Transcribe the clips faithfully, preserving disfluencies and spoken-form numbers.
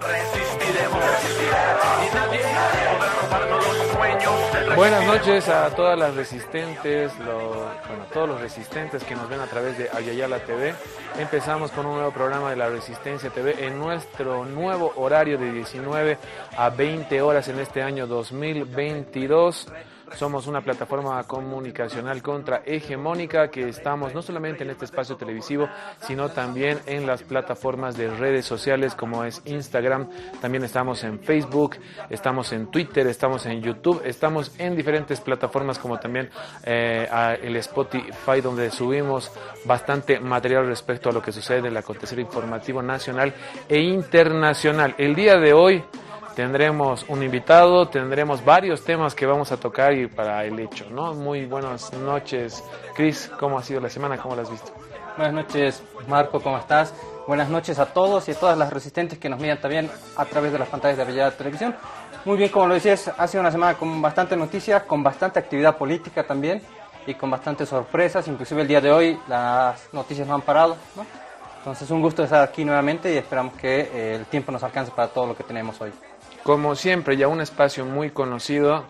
Resistiremos, resistiremos, y nadie, nadie podrá robarnos los sueños. Buenas noches a todas las resistentes, lo, bueno, todos los resistentes que nos ven a través de Ayayala T V. Empezamos con un nuevo programa de la Resistencia T V en nuestro nuevo horario de diecinueve a veinte horas en este año dos mil veintidós. Somos una plataforma comunicacional contrahegemónica que estamos no solamente en este espacio televisivo, sino también en las plataformas de redes sociales como es Instagram. También estamos en Facebook, estamos en Twitter, estamos en YouTube, estamos en diferentes plataformas como también eh, a el Spotify, donde subimos bastante material respecto a lo que sucede en el acontecer informativo nacional e internacional. El día de hoy tendremos un invitado, tendremos varios temas que vamos a tocar y para el hecho, ¿no? Muy buenas noches, Cris, ¿cómo ha sido la semana? ¿Cómo la has visto? Buenas noches, Marco, ¿cómo estás? Buenas noches a todos y a todas las resistentes que nos miran también a través de las pantallas de Ayayala Televisión. Muy bien, como lo decías, ha sido una semana con bastante noticias, con bastante actividad política también y con bastantes sorpresas, inclusive el día de hoy las noticias no han parado, ¿no? Entonces un gusto estar aquí nuevamente y esperamos que eh, el tiempo nos alcance para todo lo que tenemos hoy. Como siempre, ya un espacio muy conocido,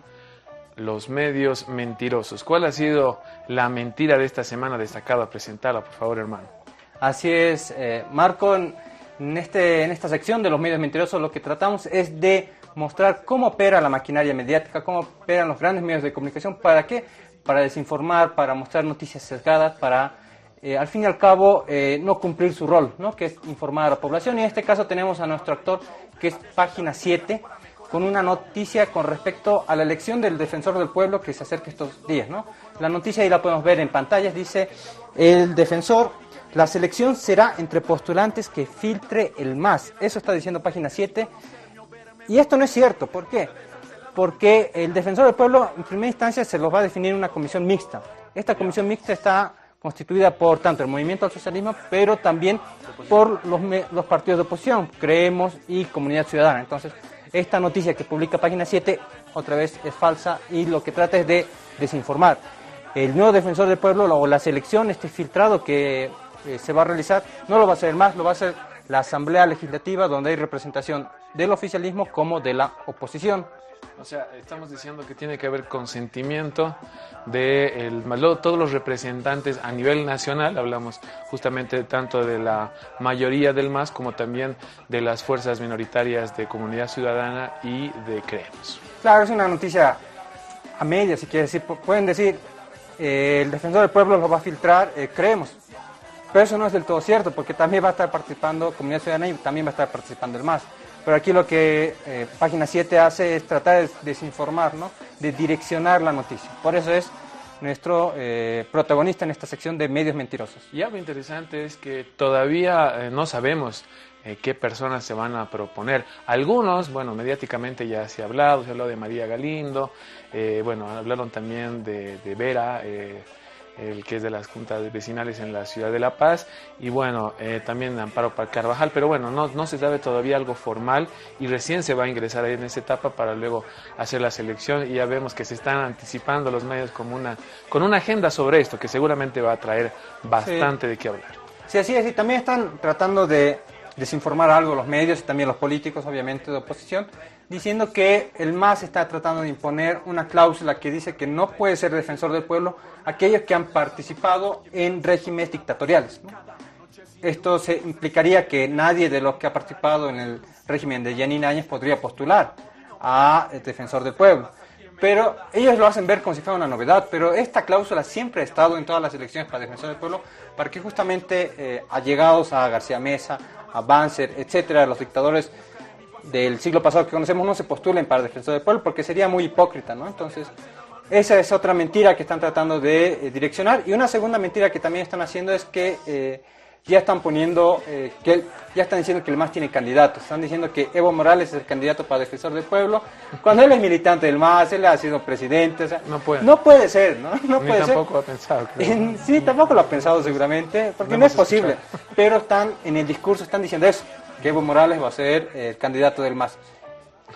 los medios mentirosos. ¿Cuál ha sido la mentira de esta semana destacada? Presentarla, por favor, hermano. Así es, eh, Marco, en, este, en esta sección de los medios mentirosos lo que tratamos es de mostrar cómo opera la maquinaria mediática, cómo operan los grandes medios de comunicación. ¿Para qué? Para desinformar, para mostrar noticias sesgadas, para, eh, al fin y al cabo, eh, no cumplir su rol, ¿no? Que es informar a la población. Y en este caso tenemos a nuestro actor, que es Página siete, con una noticia con respecto a la elección del defensor del pueblo que se acerca estos días, ¿no? La noticia ahí la podemos ver en pantallas, dice: el defensor, la selección será entre postulantes que filtre el M A S. Eso está diciendo Página siete. Y esto no es cierto. ¿Por qué? Porque el defensor del pueblo, en primera instancia, se los va a definir una comisión mixta. Esta comisión mixta está constituida por tanto el Movimiento al Socialismo, pero también por los, los partidos de oposición, Creemos y Comunidad Ciudadana. Entonces, esta noticia que publica Página siete, otra vez es falsa y lo que trata es de desinformar. El nuevo defensor del pueblo o la selección, este filtrado que eh, se va a realizar, no lo va a hacer más, lo va a hacer la Asamblea Legislativa, donde hay representación del oficialismo como de la oposición. O sea, estamos diciendo que tiene que haber consentimiento de el, todos los representantes a nivel nacional, hablamos justamente tanto de la mayoría del M A S como también de las fuerzas minoritarias de Comunidad Ciudadana y de Creemos. Claro, es una noticia a media, si quieres decir. Pueden decir, eh, el defensor del pueblo lo va a filtrar, eh, Creemos. Pero eso no es del todo cierto, porque también va a estar participando Comunidad Ciudadana y también va a estar participando el M A S. Pero aquí lo que eh, Página siete hace es tratar de desinformar, ¿no? De direccionar la noticia. Por eso es nuestro eh, protagonista en esta sección de medios mentirosos. Y algo interesante es que todavía eh, no sabemos eh, qué personas se van a proponer. Algunos, bueno, mediáticamente ya se ha hablado, se habló de María Galindo, eh, bueno, hablaron también de, de Vera, eh, el que es de las juntas vecinales en la ciudad de La Paz, y bueno, eh, también Amparo Carvajal, pero bueno, no, no se sabe todavía algo formal y recién se va a ingresar ahí en esa etapa para luego hacer la selección, y ya vemos que se están anticipando los medios como una, con una agenda sobre esto que seguramente va a traer bastante sí. de qué hablar. Sí, así es, y también están tratando de desinformar algo los medios y también los políticos, obviamente, de oposición, diciendo que el M A S está tratando de imponer una cláusula que dice que no puede ser defensor del pueblo aquellos que han participado en regímenes dictatoriales, ¿no? Esto se implicaría que nadie de los que ha participado en el régimen de Yanine Áñez podría postular a defensor del pueblo. Pero ellos lo hacen ver como si fuera una novedad, pero esta cláusula siempre ha estado en todas las elecciones para defensor del pueblo, para que justamente eh, allegados a García Mesa, a Banzer, etcétera, los dictadores del siglo pasado que conocemos, no se postulen para defensor del pueblo, porque sería muy hipócrita, ¿no? Entonces, esa es otra mentira que están tratando de eh, direccionar. Y una segunda mentira que también están haciendo es que eh, ya están poniendo, eh, que ya están diciendo que el M A S tiene candidatos. Están diciendo que Evo Morales es el candidato para defensor del pueblo, cuando él es militante del M A S, él ha sido presidente. O sea, no puede, no puede ser, ¿no? No Ni puede tampoco ser. lo ha pensado. Creo. En, sí, tampoco lo ha pensado seguramente, porque no, no es posible. Escuchado. Pero están en el discurso, están diciendo eso, que Evo Morales va a ser el candidato del M A S.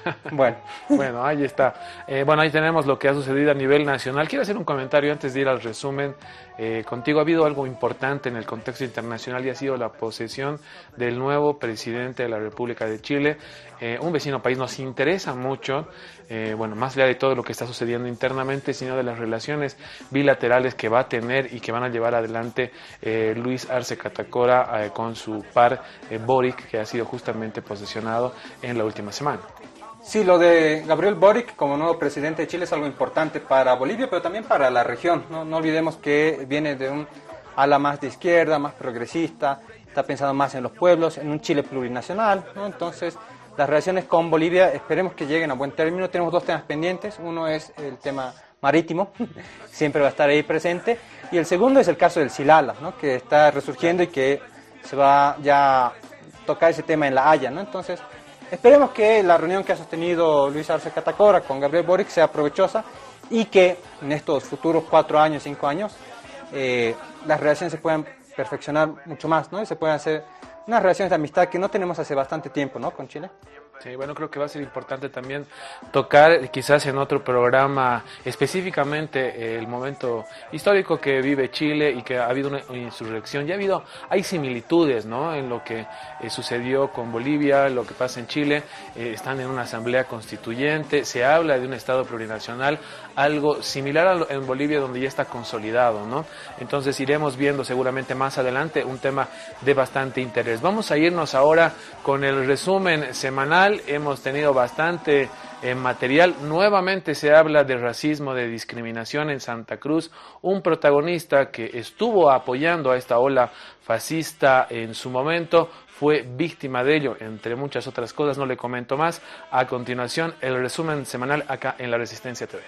Bueno. Bueno, ahí está. Eh, bueno, ahí tenemos lo que ha sucedido a nivel nacional. Quiero hacer un comentario antes de ir al resumen. Eh, contigo ha habido algo importante en el contexto internacional y ha sido la posesión del nuevo presidente de la República de Chile. Eh, un vecino país nos interesa mucho, eh, bueno, más allá de todo lo que está sucediendo internamente, sino de las relaciones bilaterales que va a tener y que van a llevar adelante eh, Luis Arce Catacora eh, con su par eh, Boric, que ha sido justamente posesionado en la última semana. Sí, lo de Gabriel Boric como nuevo presidente de Chile es algo importante para Bolivia, pero también para la región. No, no olvidemos que viene de un ala más de izquierda, más progresista, está pensando más en los pueblos, en un Chile plurinacional, ¿no? Entonces, las relaciones con Bolivia esperemos que lleguen a buen término. Tenemos dos temas pendientes. Uno es el tema marítimo, siempre va a estar ahí presente, y el segundo es el caso del Silala, ¿no? Que está resurgiendo y que se va ya a tocar ese tema en La Haya, ¿no? Entonces, esperemos que la reunión que ha sostenido Luis Arce Catacora con Gabriel Boric sea provechosa y que en estos futuros cuatro años, cinco años, eh, las relaciones se puedan perfeccionar mucho más, ¿no? Y se puedan hacer unas relaciones de amistad que no tenemos hace bastante tiempo, ¿no? Con Chile. Sí, bueno, creo que va a ser importante también tocar quizás en otro programa específicamente el momento histórico que vive Chile y que ha habido una insurrección. Ya ha habido, hay similitudes, ¿no? En lo que eh, sucedió con Bolivia, lo que pasa en Chile. Eh, están en una asamblea constituyente, se habla de un Estado plurinacional, algo similar a lo, en Bolivia donde ya está consolidado, ¿no? Entonces iremos viendo seguramente más adelante un tema de bastante interés. Vamos a irnos ahora con el resumen semanal. Hemos tenido bastante eh, material. Nuevamente se habla de racismo, de discriminación en Santa Cruz. Un protagonista que estuvo apoyando a esta ola fascista en su momento fue víctima de ello, entre muchas otras cosas. No le comento más. A continuación, el resumen semanal acá en La Resistencia T V.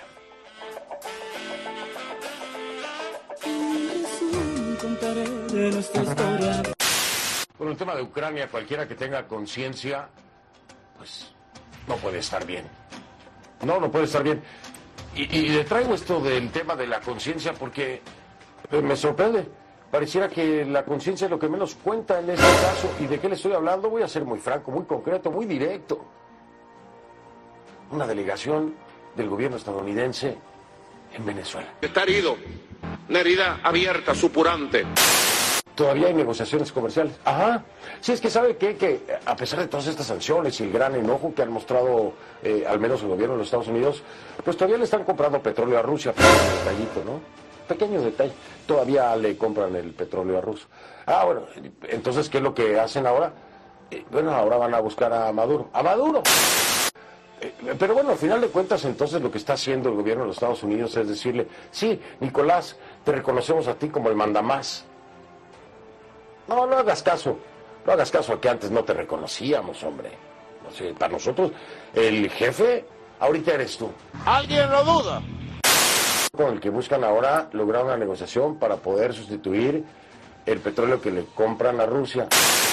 Por el tema de Ucrania, cualquiera que tenga conciencia, pues no puede estar bien. No, no puede estar bien. Y, y le traigo esto del tema de la conciencia porque eh, me sorprende. Pareciera que la conciencia es lo que menos cuenta en este caso. ¿Y de qué le estoy hablando? Voy a ser muy franco, muy concreto, muy directo. Una delegación del gobierno estadounidense en Venezuela. Está herido, una herida abierta, supurante. Todavía hay negociaciones comerciales. Ajá. Sí, es que sabe qué? Que a pesar de todas estas sanciones y el gran enojo que han mostrado eh, al menos el gobierno de los Estados Unidos, pues todavía le están comprando petróleo a Rusia. Pequeño detallito, ¿no? Pequeño detalle. Todavía le compran el petróleo a Rusia. Ah, bueno, entonces, ¿qué es lo que hacen ahora? Eh, bueno, ahora van a buscar a Maduro. ¡A Maduro! Eh, pero bueno, al final de cuentas, entonces lo que está haciendo el gobierno de los Estados Unidos es decirle, sí, Nicolás, te reconocemos a ti como el mandamás. No, no hagas caso, no hagas caso a que antes no te reconocíamos, hombre. O sea, para nosotros, el jefe, ahorita eres tú. ¿Alguien lo duda? Con el que buscan ahora lograr una negociación para poder sustituir el petróleo que le compran a Rusia.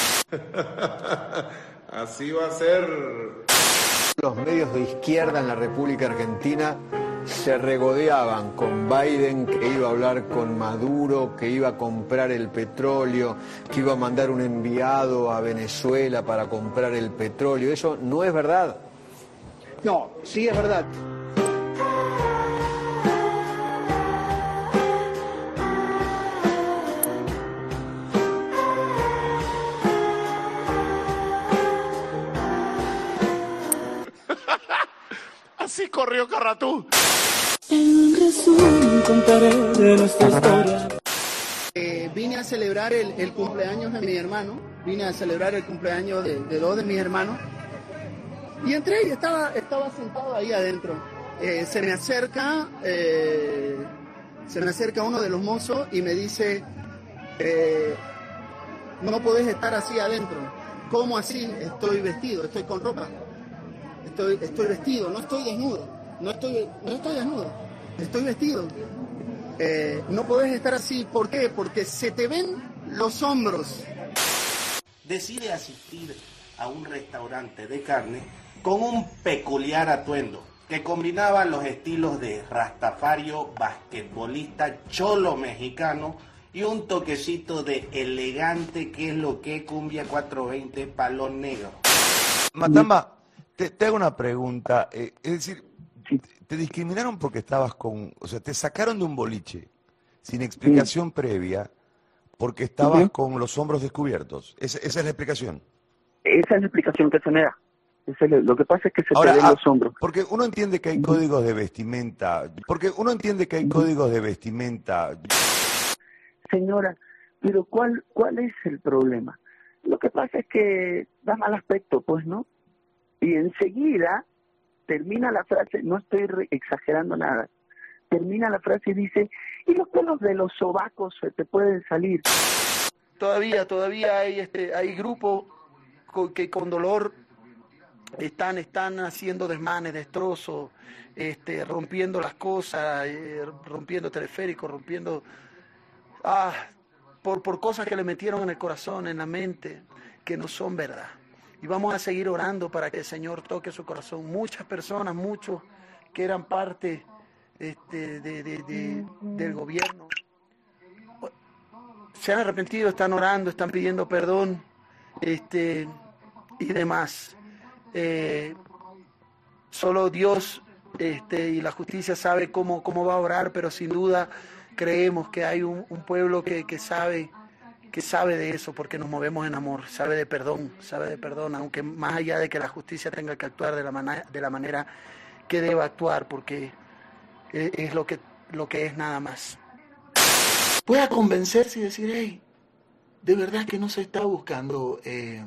Así va a ser. Los medios de izquierda en la República Argentina se regodeaban con Biden, que iba a hablar con Maduro, que iba a comprar el petróleo, que iba a mandar un enviado a Venezuela para comprar el petróleo. Eso no es verdad. No, sí es verdad. Así corrió Carratú. En resumen contaré de nuestra historia. Eh, vine a celebrar el, el cumpleaños de mi hermano, vine a celebrar el cumpleaños de, de dos de mis hermanos y entré y estaba, estaba sentado ahí adentro. Eh, se me acerca, eh, se me acerca uno de los mozos y me dice, eh, no podés estar así adentro. ¿Cómo así? Estoy vestido, estoy con ropa. Estoy, estoy vestido, no estoy desnudo, no estoy, no estoy desnudo, estoy vestido. Eh, no podés estar así, ¿por qué? Porque se te ven los hombros. Decide asistir a un restaurante de carne con un peculiar atuendo que combinaba los estilos de rastafario, basquetbolista, cholo mexicano y un toquecito de elegante, que es lo que cumbia cuatrocientos veinte, palo negro. Matamba, te, te hago una pregunta. Eh, es decir, sí. te discriminaron porque estabas con... O sea, te sacaron de un boliche sin explicación sí. previa porque estabas uh-huh. con los hombros descubiertos. ¿Esa, esa es la explicación? Esa es la explicación que se me da. Ese es lo que pasa es que se Ahora, te ven ah, los hombros. Porque uno entiende que hay códigos de vestimenta. Porque uno entiende que hay códigos de vestimenta. Señora, pero ¿cuál cuál es el problema? Lo que pasa es que da mal aspecto, pues, ¿no? Y enseguida termina la frase, no estoy re- exagerando nada, termina la frase y dice, y los pelos de los sobacos se te pueden salir. Todavía, todavía hay este, hay grupos con, que con dolor están, están haciendo desmanes, destrozos, este, rompiendo las cosas, eh, rompiendo teleféricos, rompiendo ah, por, por cosas que le metieron en el corazón, en la mente, que no son verdad. Y vamos a seguir orando para que el Señor toque su corazón. Muchas personas, muchos que eran parte este, de, de, de, del gobierno, se han arrepentido, están orando, están pidiendo perdón este, y demás. Eh, solo Dios este, y la justicia sabe cómo, cómo va a orar, pero sin duda creemos que hay un, un pueblo que, que sabe que sabe de eso, porque nos movemos en amor, sabe de perdón, sabe de perdón, aunque más allá de que la justicia tenga que actuar de la, man- de la manera que deba actuar, porque es, es lo que, lo que es nada más. Pueda convencerse y decir, hey, de verdad que no se está buscando eh,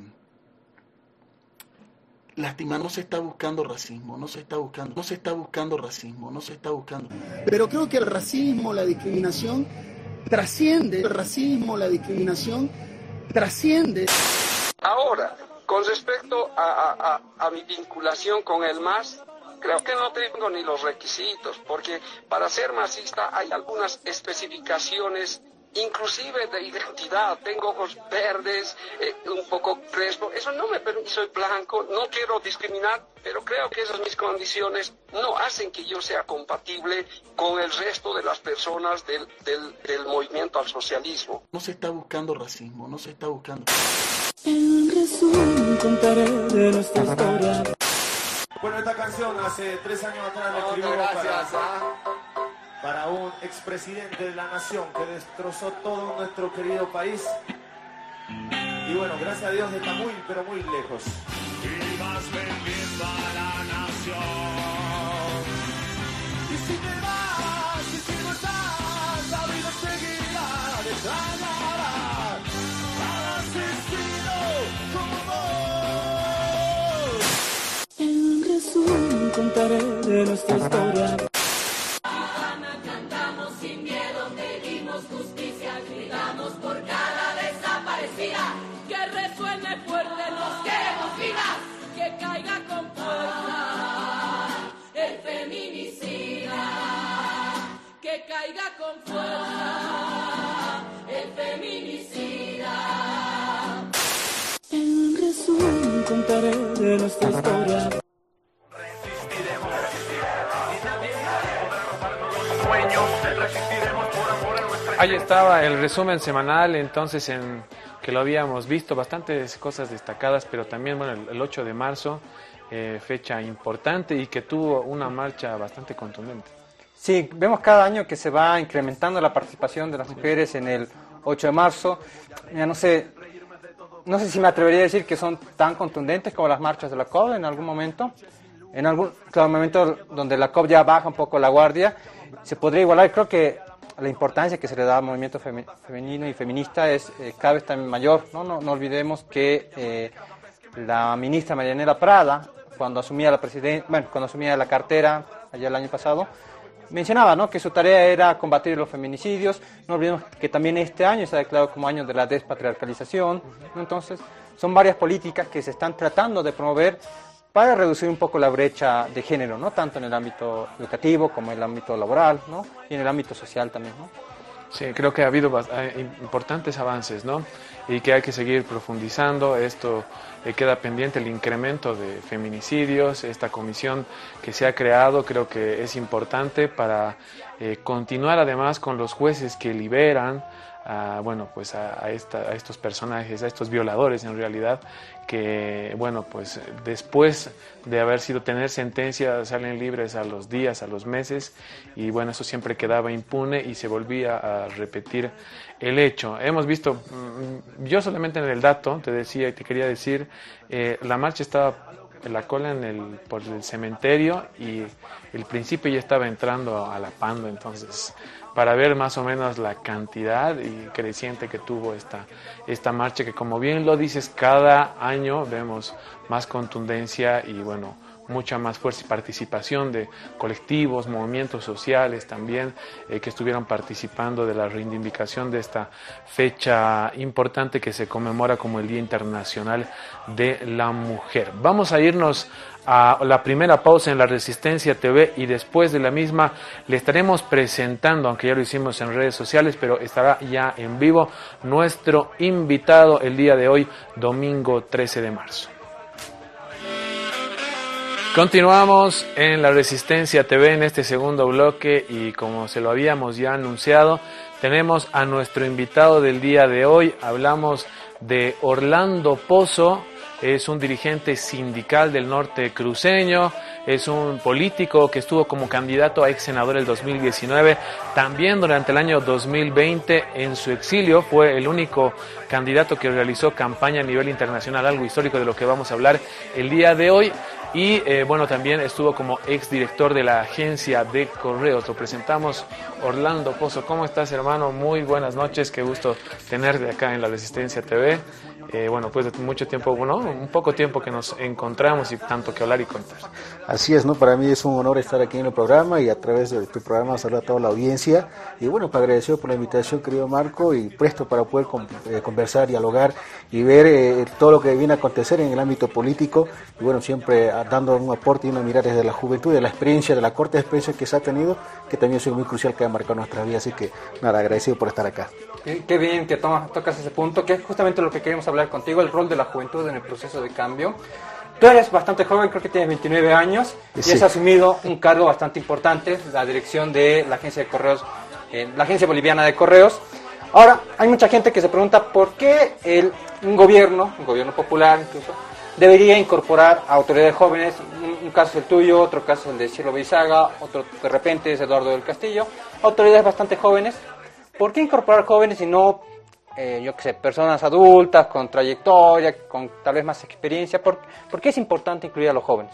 lástima, no se está buscando racismo, no se está buscando, no se está buscando racismo, no se está buscando. Pero creo que el racismo, la discriminación, trasciende, el racismo, la discriminación, trasciende. Ahora, con respecto a, a, a, a mi vinculación con el M A S, creo que no tengo ni los requisitos, porque para ser masista hay algunas especificaciones, inclusive de identidad. Tengo ojos verdes, eh, un poco crespo, eso no me permite, soy blanco, no quiero discriminar, pero creo que esas mis condiciones no hacen que yo sea compatible con el resto de las personas del, del, del movimiento al socialismo. No se está buscando racismo, no se está buscando. En resumen, contaré de nuestra historia. Bueno, esta canción hace tres años atrás la escribió para, para un expresidente de la nación que destrozó todo nuestro querido país. Y bueno, gracias a Dios está muy, pero muy lejos. Y vas vendiendo a la nación. Y si te vas, y si no estás, la vida seguirá, te extrañará. Cada asesino como vos. En resumen, contaré de nuestra historia. Cantamos sin miedo, pedimos justicia, gritamos por cada desaparecida. Que resuene fuerte, nos queremos vivas, que caiga con fuerza el feminicida, que caiga con fuerza el feminicida. En resumen, contaré de nuestra historia. Ahí estaba el resumen semanal, entonces, en que lo habíamos visto, bastantes cosas destacadas, pero también, bueno, el, el ocho de marzo, eh, fecha importante y que tuvo una marcha bastante contundente. Sí, vemos cada año que se va incrementando la participación de las mujeres en el ocho de marzo. Ya no sé, no sé si me atrevería a decir que son tan contundentes como las marchas de la C O B en algún momento. En algún claro, momento donde la C O B ya baja un poco la guardia, se podría igualar. Creo que la importancia que se le da al movimiento femi- femenino y feminista es eh, cada vez también mayor, ¿no? No, no olvidemos que eh, la ministra Marianela Prada, cuando asumía la presiden- bueno, cuando asumía la cartera allá el año pasado, mencionaba, ¿no?, que su tarea era combatir los feminicidios. No olvidemos que también este año se ha declarado como año de la despatriarcalización, ¿no? Entonces, son varias políticas que se están tratando de promover para reducir un poco la brecha de género, ¿no?, tanto en el ámbito educativo como en el ámbito laboral, ¿no?, y en el ámbito social también, ¿no? Sí, creo que ha habido importantes avances, ¿no? Y que hay que seguir profundizando. Esto eh, queda pendiente, el incremento de feminicidios. Esta comisión que se ha creado creo que es importante para eh, continuar además con los jueces que liberan a, bueno, pues a, a, esta, a estos personajes, a estos violadores en realidad, que bueno, pues después de haber sido tener sentencia salen libres a los días, a los meses, y bueno, eso siempre quedaba impune y se volvía a repetir el hecho. Hemos visto, yo solamente en el dato te decía y te quería decir, eh, la marcha estaba en la cola en el, por el cementerio, y el principio ya estaba entrando a la Pando, entonces para ver más o menos la cantidad y creciente que tuvo esta, esta marcha, que como bien lo dices, cada año vemos más contundencia y bueno, mucha más fuerza y participación de colectivos, movimientos sociales también, eh, que estuvieron participando de la reivindicación de esta fecha importante que se conmemora como el Día Internacional de la Mujer. Vamos a irnos a la primera pausa en La Resistencia T V, y después de la misma le estaremos presentando, aunque ya lo hicimos en redes sociales, pero estará ya en vivo, nuestro invitado el día de hoy, domingo trece de marzo. Continuamos en La Resistencia T V en este segundo bloque, y como se lo habíamos ya anunciado, tenemos a nuestro invitado del día de hoy. Hablamos de Orlando Pozo. Es un dirigente sindical del norte cruceño, es un político que estuvo como candidato a ex senador el dos mil diecinueve, también durante el año dos mil veinte en su exilio fue el único candidato que realizó campaña a nivel internacional, algo histórico de lo que vamos a hablar el día de hoy. Y eh, bueno, también estuvo como exdirector de la agencia de correos. Lo presentamos, Orlando Pozo. ¿Cómo estás, hermano? Muy buenas noches, qué gusto tenerte acá en La Resistencia T V. Eh, bueno, pues de mucho tiempo, bueno, un poco tiempo que nos encontramos y tanto que hablar y contar. Así es, ¿no? Para mí es un honor estar aquí en el programa, y a través de tu programa saludar a toda la audiencia. Y bueno, pues agradecido por la invitación, querido Marco, y presto para poder con, eh, conversar, dialogar y ver eh, todo lo que viene a acontecer en el ámbito político. Y bueno, siempre dando un aporte y una mirada desde la juventud, de la experiencia, de la corta experiencia que se ha tenido, que también ha sido muy crucial, que ha marcado nuestra vida. Así que nada, agradecido por estar acá. Qué, qué bien que tomas, tocas ese punto, que es justamente lo que queremos hablar contigo, el rol de la juventud en el proceso de cambio. Tú eres bastante joven, creo que tienes veintinueve años, sí, y has asumido un cargo bastante importante, la dirección de la agencia de correos, eh, la agencia boliviana de correos. Ahora, hay mucha gente que se pregunta por qué el, un gobierno, un gobierno popular incluso, debería incorporar a autoridades jóvenes. Un, un caso es el tuyo, otro caso es el de Cielo Beizaga, otro de repente es Eduardo del Castillo, autoridades bastante jóvenes. ¿Por qué incorporar jóvenes y no, eh, yo qué sé, personas adultas, con trayectoria, con tal vez más experiencia? ¿Por, ¿por qué es importante incluir a los jóvenes?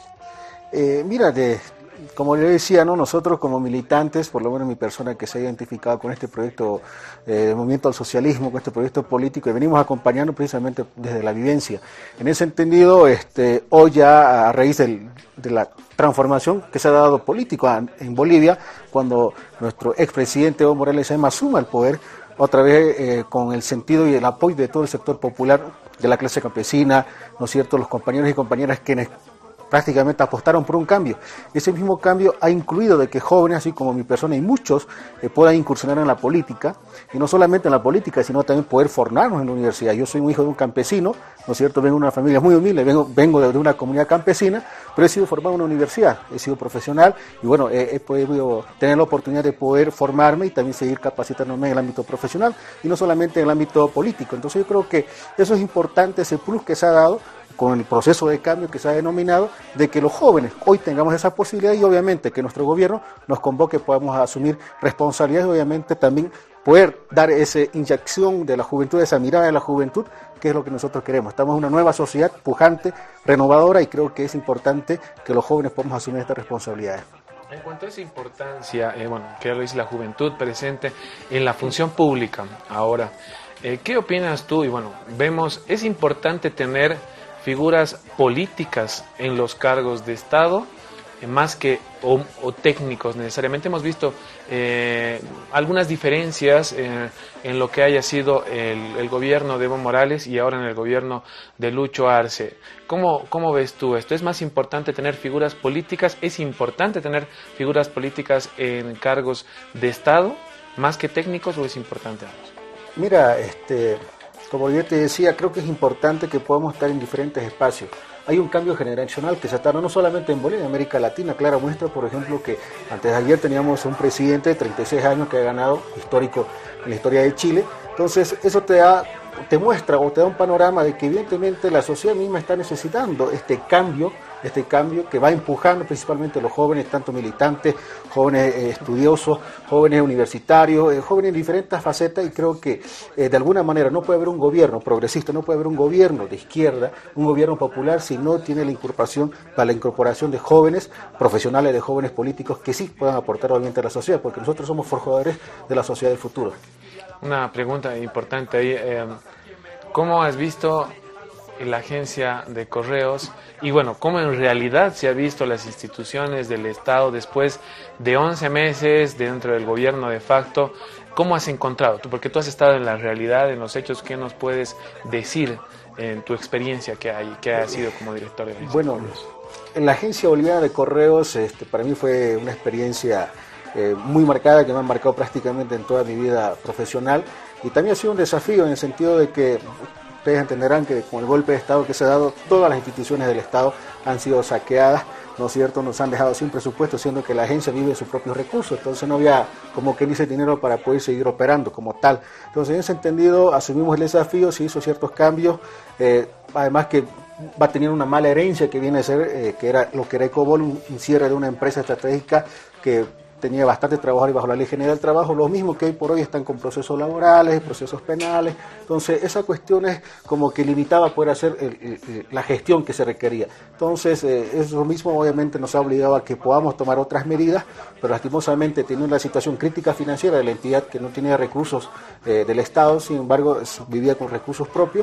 Eh, mira, de, como le decía, ¿no? Nosotros como militantes, por lo menos mi persona que se ha identificado con este proyecto eh, de movimiento al socialismo, con este proyecto político, y venimos acompañando precisamente desde la vivencia. En ese entendido, este, hoy ya a raíz del, de la transformación que se ha dado político en Bolivia, cuando nuestro expresidente Evo Morales además suma el poder, otra vez eh, con el sentido y el apoyo de todo el sector popular, de la clase campesina, ¿no es cierto?, los compañeros y compañeras quienes prácticamente apostaron por un cambio. Ese mismo cambio ha incluido de que jóvenes, así como mi persona y muchos, eh, puedan incursionar en la política, y no solamente en la política, sino también poder formarnos en la universidad. Yo soy un hijo de un campesino, ¿no es cierto?, vengo de una familia muy humilde, vengo, vengo de una comunidad campesina, pero he sido formado en una universidad, he sido profesional, y bueno, he, he podido tener la oportunidad de poder formarme y también seguir capacitándome en el ámbito profesional, y no solamente en el ámbito político. Entonces yo creo que eso es importante, ese plus que se ha dado con el proceso de cambio que se ha denominado, de que los jóvenes hoy tengamos esa posibilidad, y obviamente que nuestro gobierno nos convoque, podamos asumir responsabilidades, y obviamente también poder dar esa inyección de la juventud, esa mirada de la juventud, que es lo que nosotros queremos. Estamos en una nueva sociedad pujante, renovadora, y creo que es importante que los jóvenes podamos asumir estas responsabilidades. En cuanto a esa importancia, eh, bueno, que lo dice la juventud presente en la función pública ahora, eh, ¿qué opinas tú? Y bueno, vemos, es importante tener figuras políticas en los cargos de Estado, eh, más que o, o técnicos necesariamente. Hemos visto eh, algunas diferencias eh, en lo que haya sido el, el gobierno de Evo Morales y ahora en el gobierno de Lucho Arce. ¿Cómo, ¿Cómo ves tú esto? ¿Es más importante tener figuras políticas? ¿Es importante tener figuras políticas en cargos de Estado, más que técnicos, o es importante ambos? Mira, este... como yo te decía, creo que es importante que podamos estar en diferentes espacios. Hay un cambio generacional que se está dando no solamente en Bolivia, en América Latina. Clara muestra, por ejemplo, que antes de ayer teníamos un presidente de treinta y seis años que ha ganado, histórico en la historia de Chile, Entonces, eso te da, te muestra o te da un panorama de que evidentemente la sociedad misma está necesitando este cambio, este cambio que va empujando principalmente a los jóvenes, tanto militantes, jóvenes eh, estudiosos, jóvenes universitarios, eh, jóvenes en diferentes facetas, y creo que eh, de alguna manera no puede haber un gobierno progresista, no puede haber un gobierno de izquierda, un gobierno popular si no tiene la incorporación, para la incorporación de jóvenes profesionales, de jóvenes políticos que sí puedan aportar obviamente a la sociedad, porque nosotros somos forjadores de la sociedad del futuro. Una pregunta importante ahí, eh, ¿cómo has visto la agencia de correos y bueno, cómo en realidad se ha visto las instituciones del Estado después de once meses dentro del gobierno de facto? ¿Cómo has encontrado tú? Porque tú has estado en la realidad, en los hechos. ¿Qué nos puedes decir en tu experiencia que hay, que has sido como director de la agencia? Bueno, en la agencia boliviana de correos, este, para mí fue una experiencia eh, muy marcada, que me ha marcado prácticamente en toda mi vida profesional, y también ha sido un desafío en el sentido de que ustedes entenderán que con el golpe de Estado que se ha dado, todas las instituciones del Estado han sido saqueadas, ¿no es cierto? Nos han dejado sin presupuesto, siendo que la agencia vive de sus propios recursos, entonces no había, como que dice, dinero para poder seguir operando como tal. Entonces, en ese entendido, asumimos el desafío, se hizo ciertos cambios, eh, además que va a tener una mala herencia que viene a ser, eh, que era lo que era Ecobol, un, un cierre de una empresa estratégica que tenía bastante trabajadores bajo la Ley General del Trabajo, los mismos que hoy por hoy están con procesos laborales, procesos penales. Entonces, esa cuestión es como que limitaba poder hacer el, el, la gestión que se requería. Entonces, eh, eso mismo obviamente nos ha obligado a que podamos tomar otras medidas, pero lastimosamente teniendo una situación crítica financiera de la entidad que no tenía recursos eh, del Estado, sin embargo, es, vivía con recursos propios,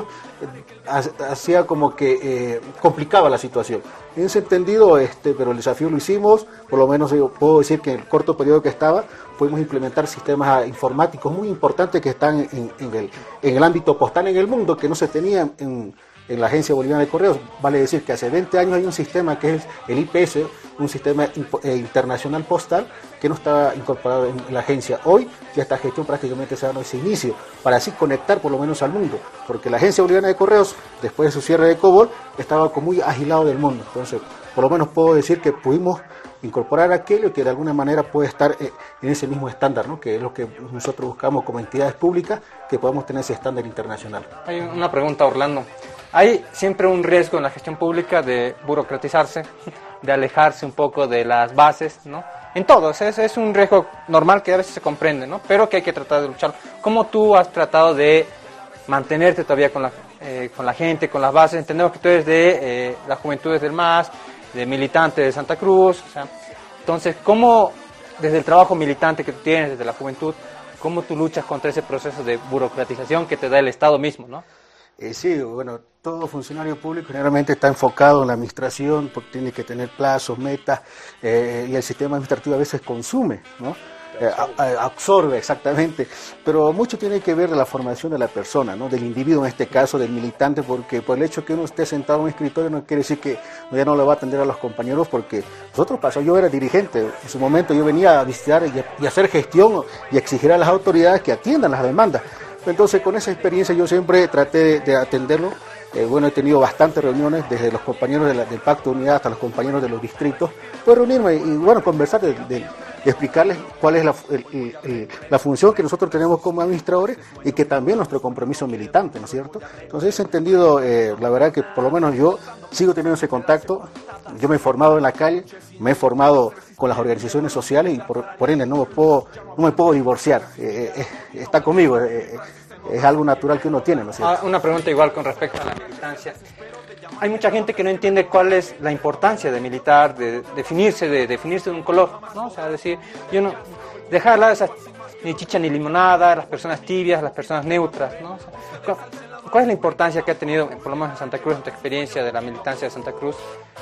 eh, hacía como que eh, complicaba la situación. En ese entendido, este, pero el desafío lo hicimos, por lo menos yo puedo decir que en el corto periodo que estaba, pudimos implementar sistemas informáticos muy importantes que están en, en, el, en el ámbito postal en el mundo, que no se tenían en, en la Agencia Boliviana de Correos. Vale decir que hace veinte años hay un sistema que es el I P S, un sistema internacional postal, que no estaba incorporado en la agencia. Hoy ya esta gestión prácticamente se ha dado ese inicio, para así conectar por lo menos al mundo, porque la Agencia Boliviana de Correos, después de su cierre de Ecobol, estaba como muy agilado del mundo. Entonces, por lo menos puedo decir que pudimos incorporar aquello que de alguna manera puede estar eh, en ese mismo estándar, ¿no? Que es lo que nosotros buscamos como entidades públicas, que podamos tener ese estándar internacional. Hay una pregunta, Orlando. Hay siempre un riesgo en la gestión pública de burocratizarse, de alejarse un poco de las bases, ¿no? En todos, es, es un riesgo normal que a veces se comprende, ¿no? Pero que hay que tratar de luchar. ¿Cómo tú has tratado de mantenerte todavía con la, eh, con la gente, con las bases? Entendemos que tú eres de eh, las Juventudes del M A S, de militante de Santa Cruz, o sea, entonces, ¿cómo desde el trabajo militante que tú tienes, desde la juventud, cómo tú luchas contra ese proceso de burocratización que te da el Estado mismo, ¿no? Eh, sí, bueno, todo funcionario público generalmente está enfocado en la administración, porque tiene que tener plazos, metas, eh, y el sistema administrativo a veces consume, ¿no? Eh, absorbe, exactamente, pero mucho tiene que ver de la formación de la persona, ¿no? Del individuo, en este caso del militante, porque por el hecho que uno esté sentado en un escritorio no quiere decir que ya no le va a atender a los compañeros, porque nosotros pasó, yo era dirigente, en su momento yo venía a visitar y, a, y hacer gestión y exigir a las autoridades que atiendan las demandas. Entonces, con esa experiencia yo siempre traté de, de atenderlo. Eh, bueno, he tenido bastantes reuniones, desde los compañeros de la, del Pacto de Unidad hasta los compañeros de los distritos, puedo reunirme y, y bueno, conversar, de, de, de explicarles cuál es la, el, el, el, la función que nosotros tenemos como administradores y que también nuestro compromiso militante, ¿no es cierto? Entonces, ese entendido, eh, la verdad que por lo menos yo sigo teniendo ese contacto. Yo me he formado en la calle, me he formado con las organizaciones sociales y por, por ende no me puedo, no me puedo divorciar, eh, eh, está conmigo, eh, eh, es algo natural que uno tiene, ¿no es cierto? Ah, una pregunta igual con respecto a la militancia. Hay mucha gente que no entiende cuál es la importancia de militar, de definirse, de definirse de un color, ¿no? O sea, decir, yo no, dejarla esas ni chicha ni limonada, las personas tibias, las personas neutras, ¿no? O sea, ¿cuál es la importancia que ha tenido, por lo menos en Santa Cruz, en tu experiencia de la militancia de Santa Cruz,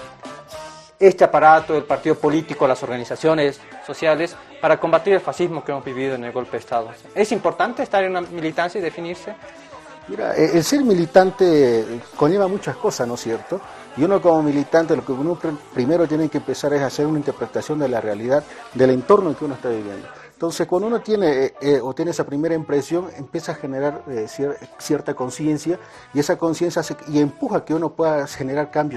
este aparato, el partido político, las organizaciones sociales, para combatir el fascismo que hemos vivido en el golpe de Estado? ¿Es importante estar en una militancia y definirse? Mira, el ser militante conlleva muchas cosas, ¿no es cierto? Y uno como militante lo que uno primero tiene que empezar es hacer una interpretación de la realidad, del entorno en que uno está viviendo. Entonces, cuando uno tiene eh, o tiene esa primera impresión, empieza a generar eh, cier- cierta conciencia, y esa conciencia hace y empuja que uno pueda generar cambios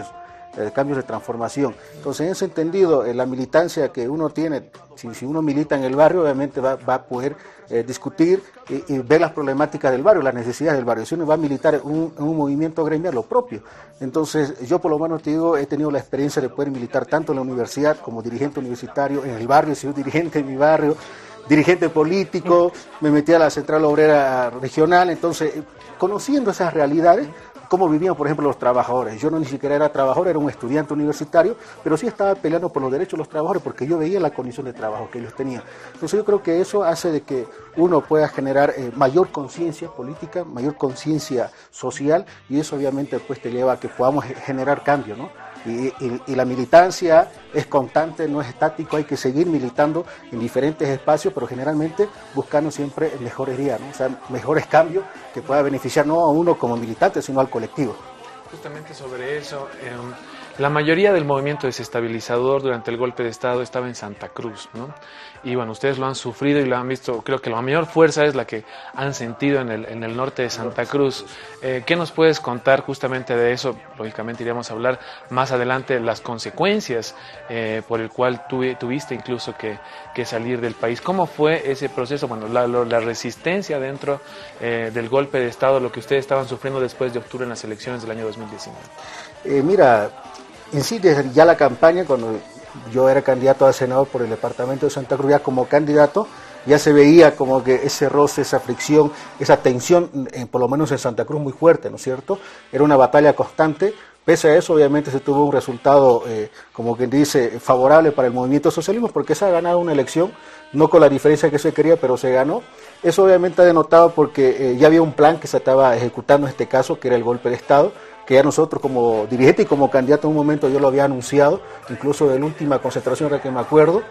eh, cambios de transformación. Entonces, en ese entendido, eh, la militancia que uno tiene, si, si uno milita en el barrio, obviamente va, va a poder eh, discutir y, y ver las problemáticas del barrio, las necesidades del barrio. Si uno va a militar en un, en un movimiento gremial, lo propio. Entonces, yo por lo menos te digo, he tenido la experiencia de poder militar tanto en la universidad como dirigente universitario, en el barrio, he sido dirigente en mi barrio, dirigente político, me metí a la Central Obrera Regional, entonces, conociendo esas realidades, cómo vivían, por ejemplo, los trabajadores. Yo no ni siquiera era trabajador, era un estudiante universitario, pero sí estaba peleando por los derechos de los trabajadores porque yo veía la condición de trabajo que ellos tenían. Entonces yo creo que eso hace de que uno pueda generar eh, mayor conciencia política, mayor conciencia social, y eso obviamente pues te lleva a que podamos generar cambio, ¿no? Y, y, y la militancia es constante, no es estático, hay que seguir militando en diferentes espacios, pero generalmente buscando siempre mejores días, ¿no? O sea, mejores cambios que pueda beneficiar no a uno como militante, sino al colectivo. Justamente sobre eso, eh, la mayoría del movimiento desestabilizador durante el golpe de Estado estaba en Santa Cruz, ¿no? Y bueno, ustedes lo han sufrido y lo han visto, creo que la mayor fuerza es la que han sentido en el, en el norte de Santa Cruz. Eh, ¿Qué nos puedes contar justamente de eso? Lógicamente iríamos a hablar más adelante de las consecuencias eh, por el cual tu, tuviste incluso que, que salir del país. ¿Cómo fue ese proceso? Bueno, la, la resistencia dentro eh, del golpe de Estado, lo que ustedes estaban sufriendo después de octubre en las elecciones del año dos mil diecinueve. Eh, mira, en sí, desde ya la campaña, cuando yo era candidato a senador por el departamento de Santa Cruz, ya como candidato, ya se veía como que ese roce, esa fricción, esa tensión, eh, por lo menos en Santa Cruz, muy fuerte, ¿no es cierto? Era una batalla constante. Pese a eso, obviamente, se tuvo un resultado, eh, como quien dice, favorable para el movimiento socialismo, porque se ha ganado una elección, no con la diferencia que se quería, pero se ganó. Eso obviamente ha denotado porque eh, ya había un plan que se estaba ejecutando en este caso, que era el golpe de Estado, que ya nosotros como dirigente y como candidato en un momento yo lo había anunciado, incluso en la última concentración, de que me acuerdo,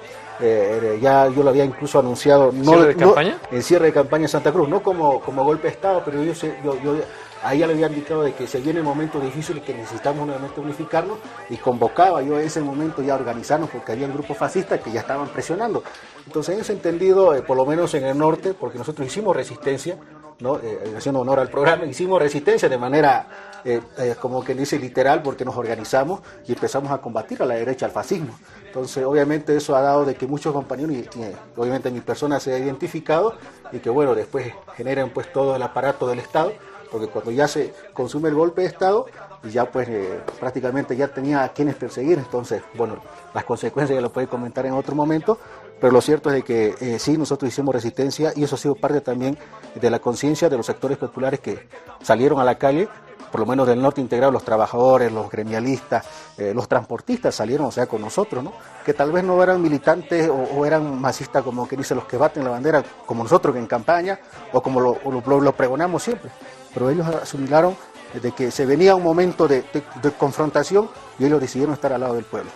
eh, ya yo lo había incluso anunciado. ¿En cierre de no, campaña? En cierre de campaña en Santa Cruz, no como, como golpe de Estado, pero yo, sé, yo, yo ahí ya le había indicado de que se viene el momento difícil y que necesitamos nuevamente unificarnos, y convocaba yo en ese momento ya a organizarnos porque había un grupo fascista que ya estaban presionando. Entonces en ese entendido, eh, por lo menos en el norte, porque nosotros hicimos resistencia, ¿no? Eh, haciendo honor al programa, hicimos resistencia de manera, eh, eh, como que dice, literal, porque nos organizamos y empezamos a combatir a la derecha, al fascismo. Entonces, obviamente, eso ha dado de que muchos compañeros, y, y obviamente mi persona se ha identificado, y que, bueno, después generan pues todo el aparato del Estado, porque cuando ya se consume el golpe de Estado, ya pues eh, prácticamente ya tenía a quienes perseguir. Entonces, bueno, las consecuencias ya lo puede comentar en otro momento, pero lo cierto es de que eh, sí, nosotros hicimos resistencia, y eso ha sido parte también de la conciencia de los sectores populares que salieron a la calle, por lo menos del norte integrado, los trabajadores, los gremialistas, eh, los transportistas salieron, o sea, con nosotros, ¿no? Que tal vez no eran militantes o, o eran masistas como que dicen los que baten la bandera, como nosotros que en campaña, o como lo, lo, lo pregonamos siempre, pero ellos asimilaron de que se venía un momento de, de, de confrontación, y ellos decidieron estar al lado del pueblo.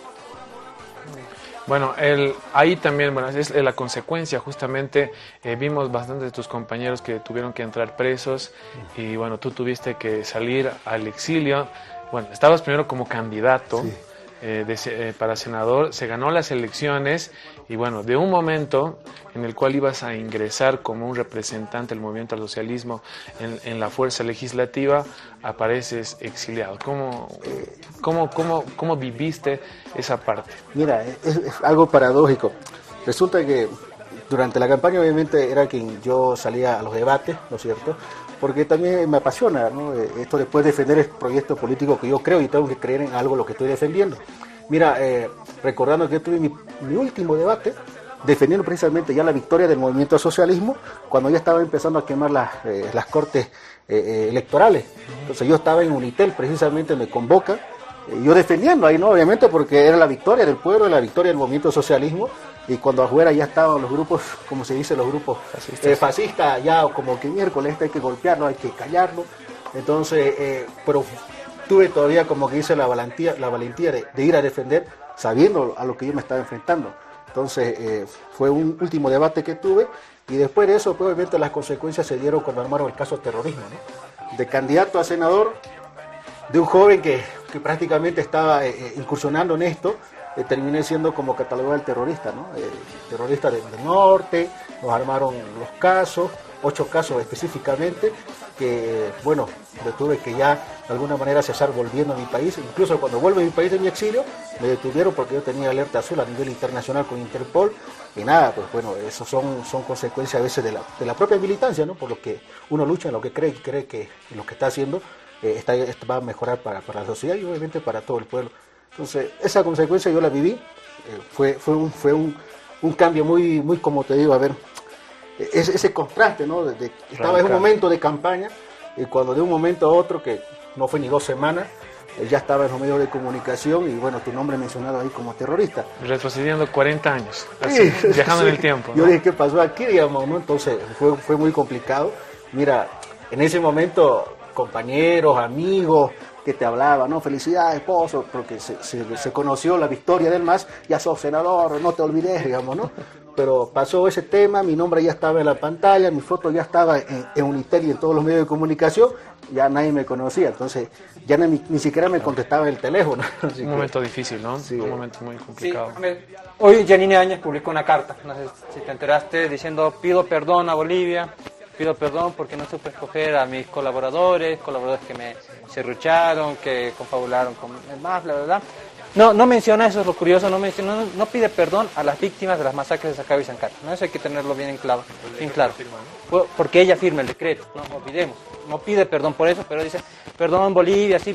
Bueno, el, ahí también, bueno, es la consecuencia, justamente eh, vimos bastantes de tus compañeros que tuvieron que entrar presos, y bueno, tú tuviste que salir al exilio. Bueno, estabas primero como candidato, sí. eh, de, eh, para senador, se ganó las elecciones, y bueno, de un momento en el cual ibas a ingresar como un representante del movimiento al socialismo en, en la fuerza legislativa, apareces exiliado. ¿Cómo, cómo, cómo, cómo viviste esa parte? Mira, es, es algo paradójico. Resulta que durante la campaña obviamente era quien yo salía a los debates, ¿no es cierto? Porque también me apasiona, ¿no? Esto después de defender el proyecto político que yo creo, y tengo que creer en algo lo que estoy defendiendo. Mira, eh, recordando que yo tuve mi, mi último debate, defendiendo precisamente ya la victoria del movimiento al socialismo, cuando ya estaba empezando a quemar las, eh, las cortes eh, eh, electorales. Entonces yo estaba en Unitel, precisamente me convoca, eh, yo defendiendo ahí, ¿no? Obviamente porque era la victoria del pueblo, la victoria del movimiento al socialismo, y cuando afuera ya estaban los grupos, como se dice, los grupos fascistas, eh, fascistas ya como que miércoles este hay que golpearlo, hay que callarlo. Entonces, eh, pero tuve todavía, como que dice, la valentía, la valentía de, de ir a defender, sabiendo a lo que yo me estaba enfrentando. Entonces, eh, fue un último debate que tuve, y después de eso, pues, obviamente, las consecuencias se dieron cuando armaron el caso terrorismo, ¿no? De candidato a senador, de un joven que, que prácticamente estaba eh, incursionando en esto, eh, terminé siendo como catalogado el terrorista, ¿no? Eh, terrorista del, del norte, nos armaron los casos, ocho casos específicamente, que, bueno, me tuve que ya de alguna manera cesar volviendo a mi país. Incluso cuando vuelvo a mi país de mi exilio, me detuvieron porque yo tenía alerta azul a nivel internacional con Interpol. Y nada, pues bueno, eso son, son consecuencias a veces de la, de la propia militancia, ¿no? Por lo que uno lucha en lo que cree y cree que lo que está haciendo eh, está, está, va a mejorar para, para la sociedad y obviamente para todo el pueblo. Entonces, esa consecuencia yo la viví, eh, fue, fue, un, fue un, un cambio muy, muy, como te digo, a ver, ese, ese contraste, ¿no? De, de, estaba en un momento de campaña y cuando de un momento a otro, que no fue ni dos semanas, eh, ya estaba en los medios de comunicación y bueno, tu nombre mencionado ahí como terrorista. Retrocediendo cuarenta años, así, sí, viajando sí. en el tiempo, ¿no? Yo dije, ¿qué pasó aquí, digamos, no? Entonces, fue, fue muy complicado. Mira, en ese momento, compañeros, amigos, que te hablaba, ¿no? Felicidades, esposo, porque se, se, se conoció la victoria del M A S, ya sos senador, no te olvides, digamos, ¿no? Pero pasó ese tema, mi nombre ya estaba en la pantalla, mi foto ya estaba en, en Unitel y en todos los medios de comunicación, ya nadie me conocía, entonces ya ni, ni siquiera me contestaba el teléfono. Así Un que, momento difícil, ¿no? Sí. Un momento muy complicado. Sí. Hoy Yanine Áñez publicó una carta, no sé si te enteraste, diciendo pido perdón a Bolivia, pido perdón porque no supe escoger a mis colaboradores, colaboradores que me serrucharon, que confabularon con el M A S, bla, bla, bla. No, no menciona, eso es lo curioso, no menciona, no, no pide perdón a las víctimas de las masacres de Sacaba y Sancata, ¿no? Eso hay que tenerlo bien en claro, bien claro. Porque ella firma el decreto, no olvidemos. No pide perdón por eso, pero dice, perdón Bolivia, así,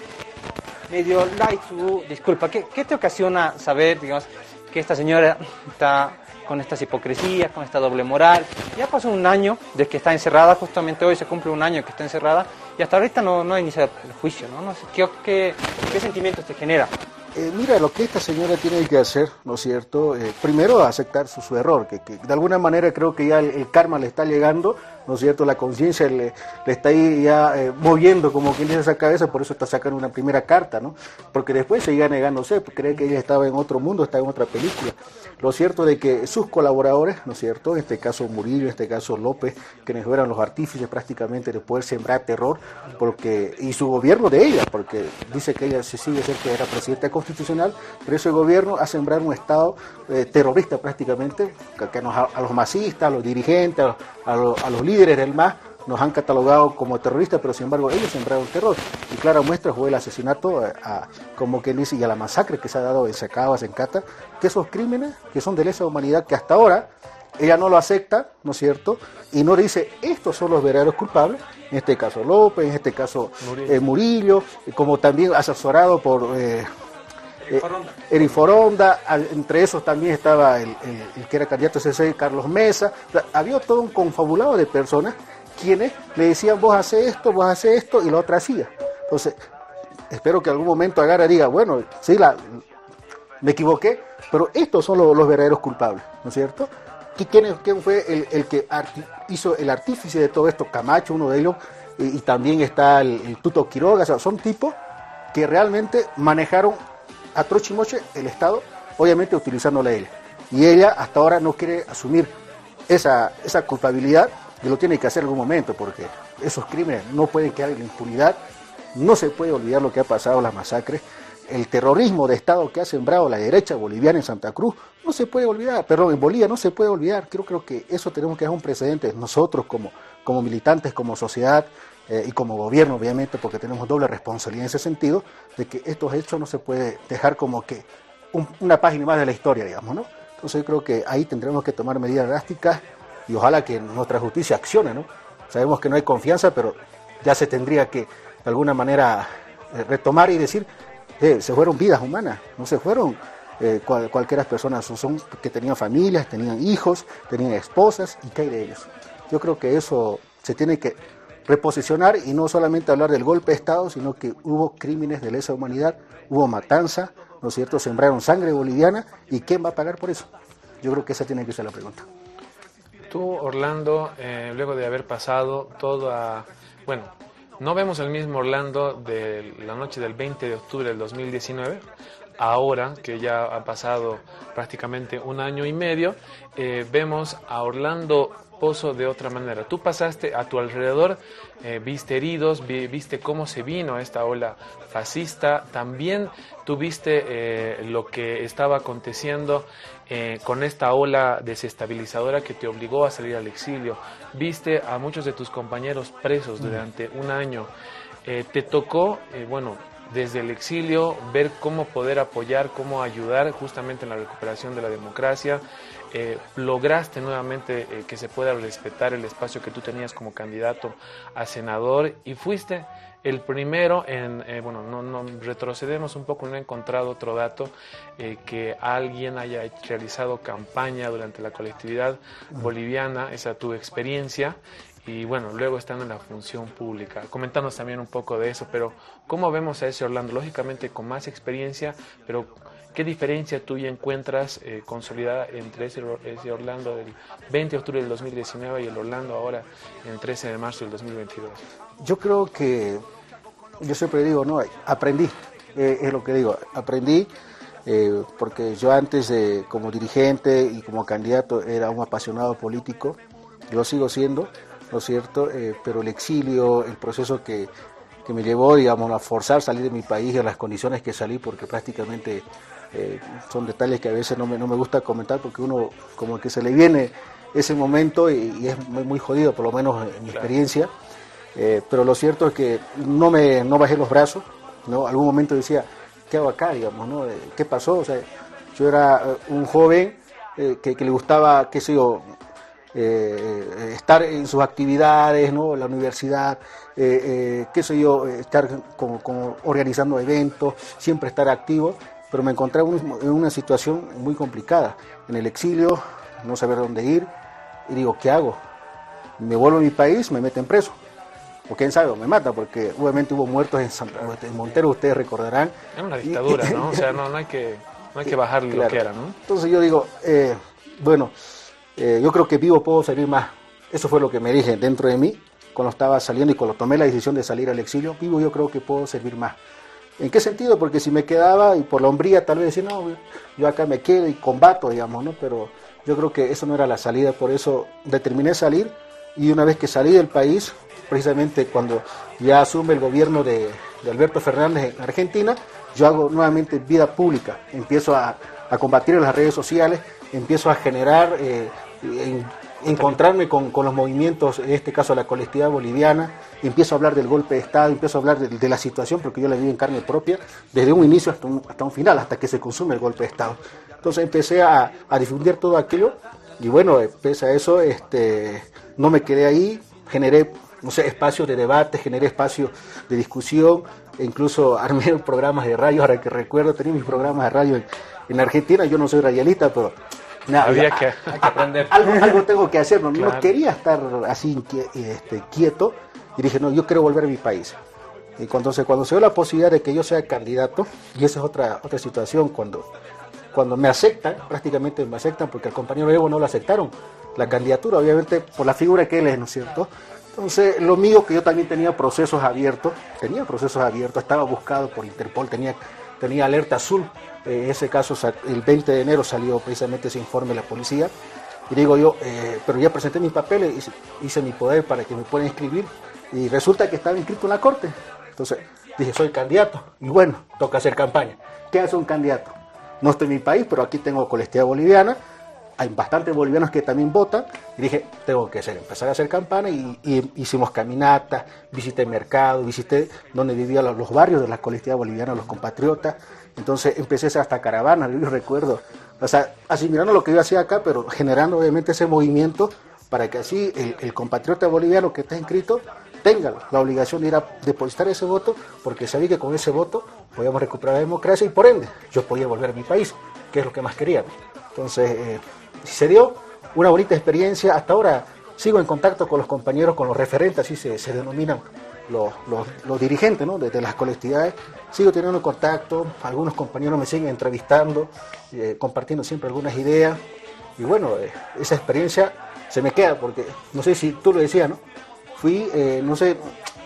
medio light su disculpa. ¿Qué, qué te ocasiona saber, digamos, que esta señora está con estas hipocresías, con esta doble moral? Ya pasó un año de que está encerrada, justamente hoy se cumple un año que está encerrada, y hasta ahorita no, no ha iniciado el juicio, ¿no? no sé, ¿qué, qué, ¿Qué sentimientos te genera? Eh, mira, lo que esta señora tiene que hacer, ¿no es cierto? Eh, primero, aceptar su, su error, que, que de alguna manera creo que ya el, el karma le está llegando, ¿no es cierto? La conciencia le, le está ahí ya eh, moviendo, como quien dice, esa cabeza, por eso está sacando una primera carta, ¿no? Porque después seguía negándose, cree que ella estaba en otro mundo, estaba en otra película. Lo cierto de que sus colaboradores, ¿no es cierto? En este caso Murillo, en este caso López, quienes eran los artífices prácticamente de poder sembrar terror, porque y su gobierno de ella, porque dice que ella se sigue ser que era presidenta constitucional, pero ese gobierno ha sembrado un estado eh, terrorista prácticamente, que, que nos, a los masistas, a los dirigentes, a, a, los, a los líderes del M A S, nos han catalogado como terroristas, pero sin embargo ellos sembraron terror. Y clara muestra fue el asesinato, a, a, como que dice, y a la masacre que se ha dado en Sacaba, en Cata, que esos crímenes que son de lesa humanidad, que hasta ahora ella no lo acepta, ¿no es cierto? Y no dice, estos son los verdaderos culpables, en este caso López, en este caso Murillo, eh, Murillo como también asesorado por eh, eh, Eric Foronda, al, entre esos también estaba el, el, el que era candidato a C C, Carlos Mesa. O sea, había todo un confabulado de personas quienes le decían, vos haces esto, vos haces esto, y la otra hacía. Entonces, espero que algún momento agarre y diga, bueno, sí, la, me equivoqué, pero estos son los, los verdaderos culpables, ¿no es cierto? ¿Quién, quién fue el, el que arti, hizo el artífice de todo esto? Camacho, uno de ellos, y, y también está el, el Tuto Quiroga. O sea, son tipos que realmente manejaron a troche y moche el Estado, obviamente utilizándola a ella. Y ella hasta ahora no quiere asumir esa, esa culpabilidad, y lo tiene que hacer en algún momento, porque esos crímenes no pueden quedar en la impunidad, no se puede olvidar lo que ha pasado, las masacres, el terrorismo de Estado que ha sembrado la derecha boliviana en Santa Cruz, no se puede olvidar, perdón, en Bolivia no se puede olvidar. Creo, creo que eso tenemos que dar un precedente, nosotros como, como militantes, como sociedad eh, y como gobierno, obviamente, porque tenemos doble responsabilidad en ese sentido, de que estos hechos no se puede dejar como que un, una página más de la historia, digamos, ¿no? Entonces yo creo que ahí tendremos que tomar medidas drásticas y ojalá que nuestra justicia accione, ¿no? Sabemos que no hay confianza, pero ya se tendría que de alguna manera eh, retomar y decir, eh, se fueron vidas humanas, no se fueron eh, cual, cualquiera personas, son, son que tenían familias, tenían hijos, tenían esposas, y qué hay de ellos. Yo creo que eso se tiene que reposicionar y no solamente hablar del golpe de Estado, sino que hubo crímenes de lesa humanidad, hubo matanza, ¿no es cierto? Sembraron sangre boliviana, ¿y quién va a pagar por eso? Yo creo que esa tiene que ser la pregunta. Tú, Orlando, eh, luego de haber pasado todo a... Bueno, no vemos el mismo Orlando de la noche del veinte de octubre del dos mil diecinueve, ahora que ya ha pasado prácticamente un año y medio, eh, vemos a Orlando pozo de otra manera. Tú pasaste a tu alrededor, eh, viste heridos, vi, viste cómo se vino esta ola fascista, también tú viste eh, lo que estaba aconteciendo eh, con esta ola desestabilizadora que te obligó a salir al exilio, viste a muchos de tus compañeros presos durante un año, eh, te tocó, eh, bueno, desde el exilio, ver cómo poder apoyar, cómo ayudar justamente en la recuperación de la democracia. Eh, lograste nuevamente eh, que se pueda respetar el espacio que tú tenías como candidato a senador y fuiste el primero en, eh, bueno, no, no retrocedemos un poco, no he encontrado otro dato, eh, que alguien haya realizado campaña durante la colectividad boliviana, esa tu experiencia. Y bueno, luego estando en la función pública, comentándonos también un poco de eso, pero ¿cómo vemos a ese Orlando? Lógicamente con más experiencia, pero ¿qué diferencia tú ya encuentras eh, consolidada entre ese, ese Orlando del veinte de octubre del dos mil diecinueve y el Orlando ahora en el trece de marzo del dos mil veintidós? Yo creo que, yo siempre digo, no, aprendí, eh, es lo que digo, aprendí, eh, porque yo antes de, como dirigente y como candidato era un apasionado político, lo sigo siendo, ¿no es cierto? Eh, pero el exilio, el proceso que, que me llevó, digamos, a forzar salir de mi país en las condiciones que salí, porque prácticamente eh, son detalles que a veces no me, no me gusta comentar, porque uno como que se le viene ese momento y, y es muy, muy jodido, por lo menos en mi experiencia, eh, pero lo cierto es que no me no bajé los brazos, ¿no? Algún momento decía, ¿qué hago acá, digamos, no? ¿Qué pasó? O sea, yo era un joven eh, que, que le gustaba, qué sé yo, Eh, estar en sus actividades, ¿no? La universidad, eh, eh, qué sé yo, estar como, como organizando eventos, siempre estar activo, pero me encontré en una situación muy complicada, en el exilio, no saber dónde ir, y digo, ¿qué hago? ¿Me vuelvo a mi país? ¿Me meten preso? O quién sabe, me mata, porque obviamente hubo muertos en, San, en Montero, ustedes recordarán. Era una dictadura, y, ¿no? O sea, no, no hay que, no hay que bajarle claro. Lo que era, ¿no? Entonces yo digo, eh, bueno, Eh, yo creo que vivo puedo servir más. Eso fue lo que me dije dentro de mí cuando estaba saliendo y cuando tomé la decisión de salir al exilio. Vivo yo creo que puedo servir más. ¿En qué sentido? Porque si me quedaba y por la hombría tal vez decir, no, yo acá me quedo y combato, digamos, ¿no? Pero yo creo que eso no era la salida, por eso determiné salir, y una vez que salí del país, precisamente cuando ya asume el gobierno de, de Alberto Fernández en Argentina, yo hago nuevamente vida pública, empiezo a, a combatir en las redes sociales, empiezo a generar, eh, en, encontrarme con, con los movimientos, en este caso la colectividad boliviana, empiezo a hablar del golpe de Estado, empiezo a hablar de, de la situación, porque yo la viví en carne propia, desde un inicio hasta un, hasta un final, hasta que se consume el golpe de Estado. Entonces empecé a, a difundir todo aquello, y bueno, pese a eso, este, no me quedé ahí, generé, no sé, espacios de debate, generé espacios de discusión, e incluso armé programas de radio, ahora que recuerdo, tenía mis programas de radio en, en Argentina, yo no soy radialista, pero nada, había que, hay que aprender. Algo, algo tengo que hacer, no, claro. no quería estar así este, quieto, y dije, no, yo quiero volver a mi país. Y cuando se, cuando se dio la posibilidad de que yo sea candidato, y esa es otra, otra situación, cuando, cuando me aceptan, prácticamente me aceptan, porque al compañero Evo no lo aceptaron, la candidatura, obviamente por la figura que él es, ¿no es cierto? Entonces, lo mío, que yo también tenía procesos abiertos, tenía procesos abiertos, estaba buscado por Interpol, tenía, tenía alerta azul. En ese caso, el veinte de enero salió precisamente ese informe de la policía, y digo yo, eh, pero ya presenté mis papeles, hice, hice mi poder para que me puedan inscribir, y resulta que estaba inscrito en la corte. Entonces dije, soy candidato, y bueno, toca hacer campaña. ¿Qué hace un candidato? No estoy en mi país, pero aquí tengo colectividad boliviana, hay bastantes bolivianos que también votan, y dije, tengo que hacer, empezar a hacer campaña, y, y hicimos caminatas, visité el mercado, visité donde vivían los, los barrios de la colectividad boliviana, los compatriotas. Entonces empecé a hacer hasta caravanas, yo recuerdo, o sea, asimilando lo que yo hacía acá, pero generando obviamente ese movimiento para que así el, el compatriota boliviano que está inscrito tenga la obligación de ir a depositar ese voto, porque sabía que con ese voto podíamos recuperar la democracia, y por ende yo podía volver a mi país, que es lo que más quería. Entonces, eh, se dio una bonita experiencia. Hasta ahora sigo en contacto con los compañeros, con los referentes, así se, se denominan los, los, los dirigentes, ¿no? de, de las colectividades. Sigo teniendo contacto, algunos compañeros me siguen entrevistando, eh, compartiendo siempre algunas ideas, y bueno, eh, esa experiencia se me queda, porque no sé si tú lo decías, ¿no? Fui, eh, no sé,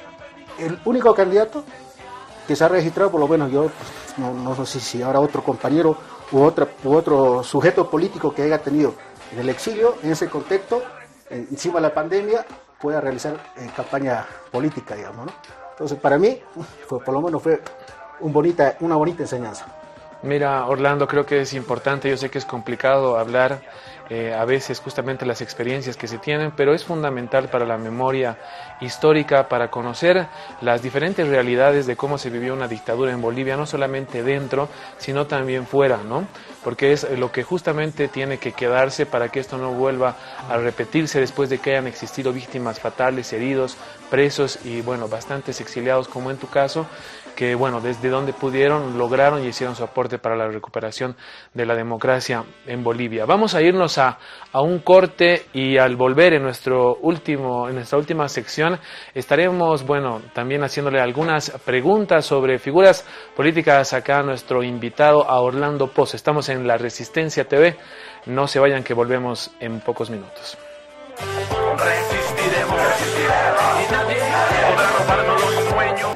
el único candidato que se ha registrado, por lo menos yo, pues, no, no sé si habrá otro compañero u, otra, u otro sujeto político que haya tenido en el exilio, en ese contexto, eh, encima de la pandemia, pueda realizar eh, campaña política, digamos, ¿no? Entonces, para mí, fue, por lo menos fue un bonita, una bonita enseñanza. Mira, Orlando, creo que es importante, yo sé que es complicado hablar eh, a veces justamente las experiencias que se tienen, pero es fundamental para la memoria histórica, para conocer las diferentes realidades de cómo se vivió una dictadura en Bolivia, no solamente dentro, sino también fuera, ¿no? Porque es lo que justamente tiene que quedarse para que esto no vuelva a repetirse después de que hayan existido víctimas fatales, heridos, presos y, bueno, bastantes exiliados, como en tu caso, que, bueno, desde donde pudieron, lograron y hicieron su aporte para la recuperación de la democracia en Bolivia. Vamos a irnos a, a un corte y al volver en, nuestro último, en nuestra última sección estaremos, bueno, también haciéndole algunas preguntas sobre figuras políticas acá a nuestro invitado, a Orlando Pozo. Estamos en La Resistencia T V. No se vayan, que volvemos en pocos minutos. Resistiremos, resistiremos y nadie podrá robarnos los sueños.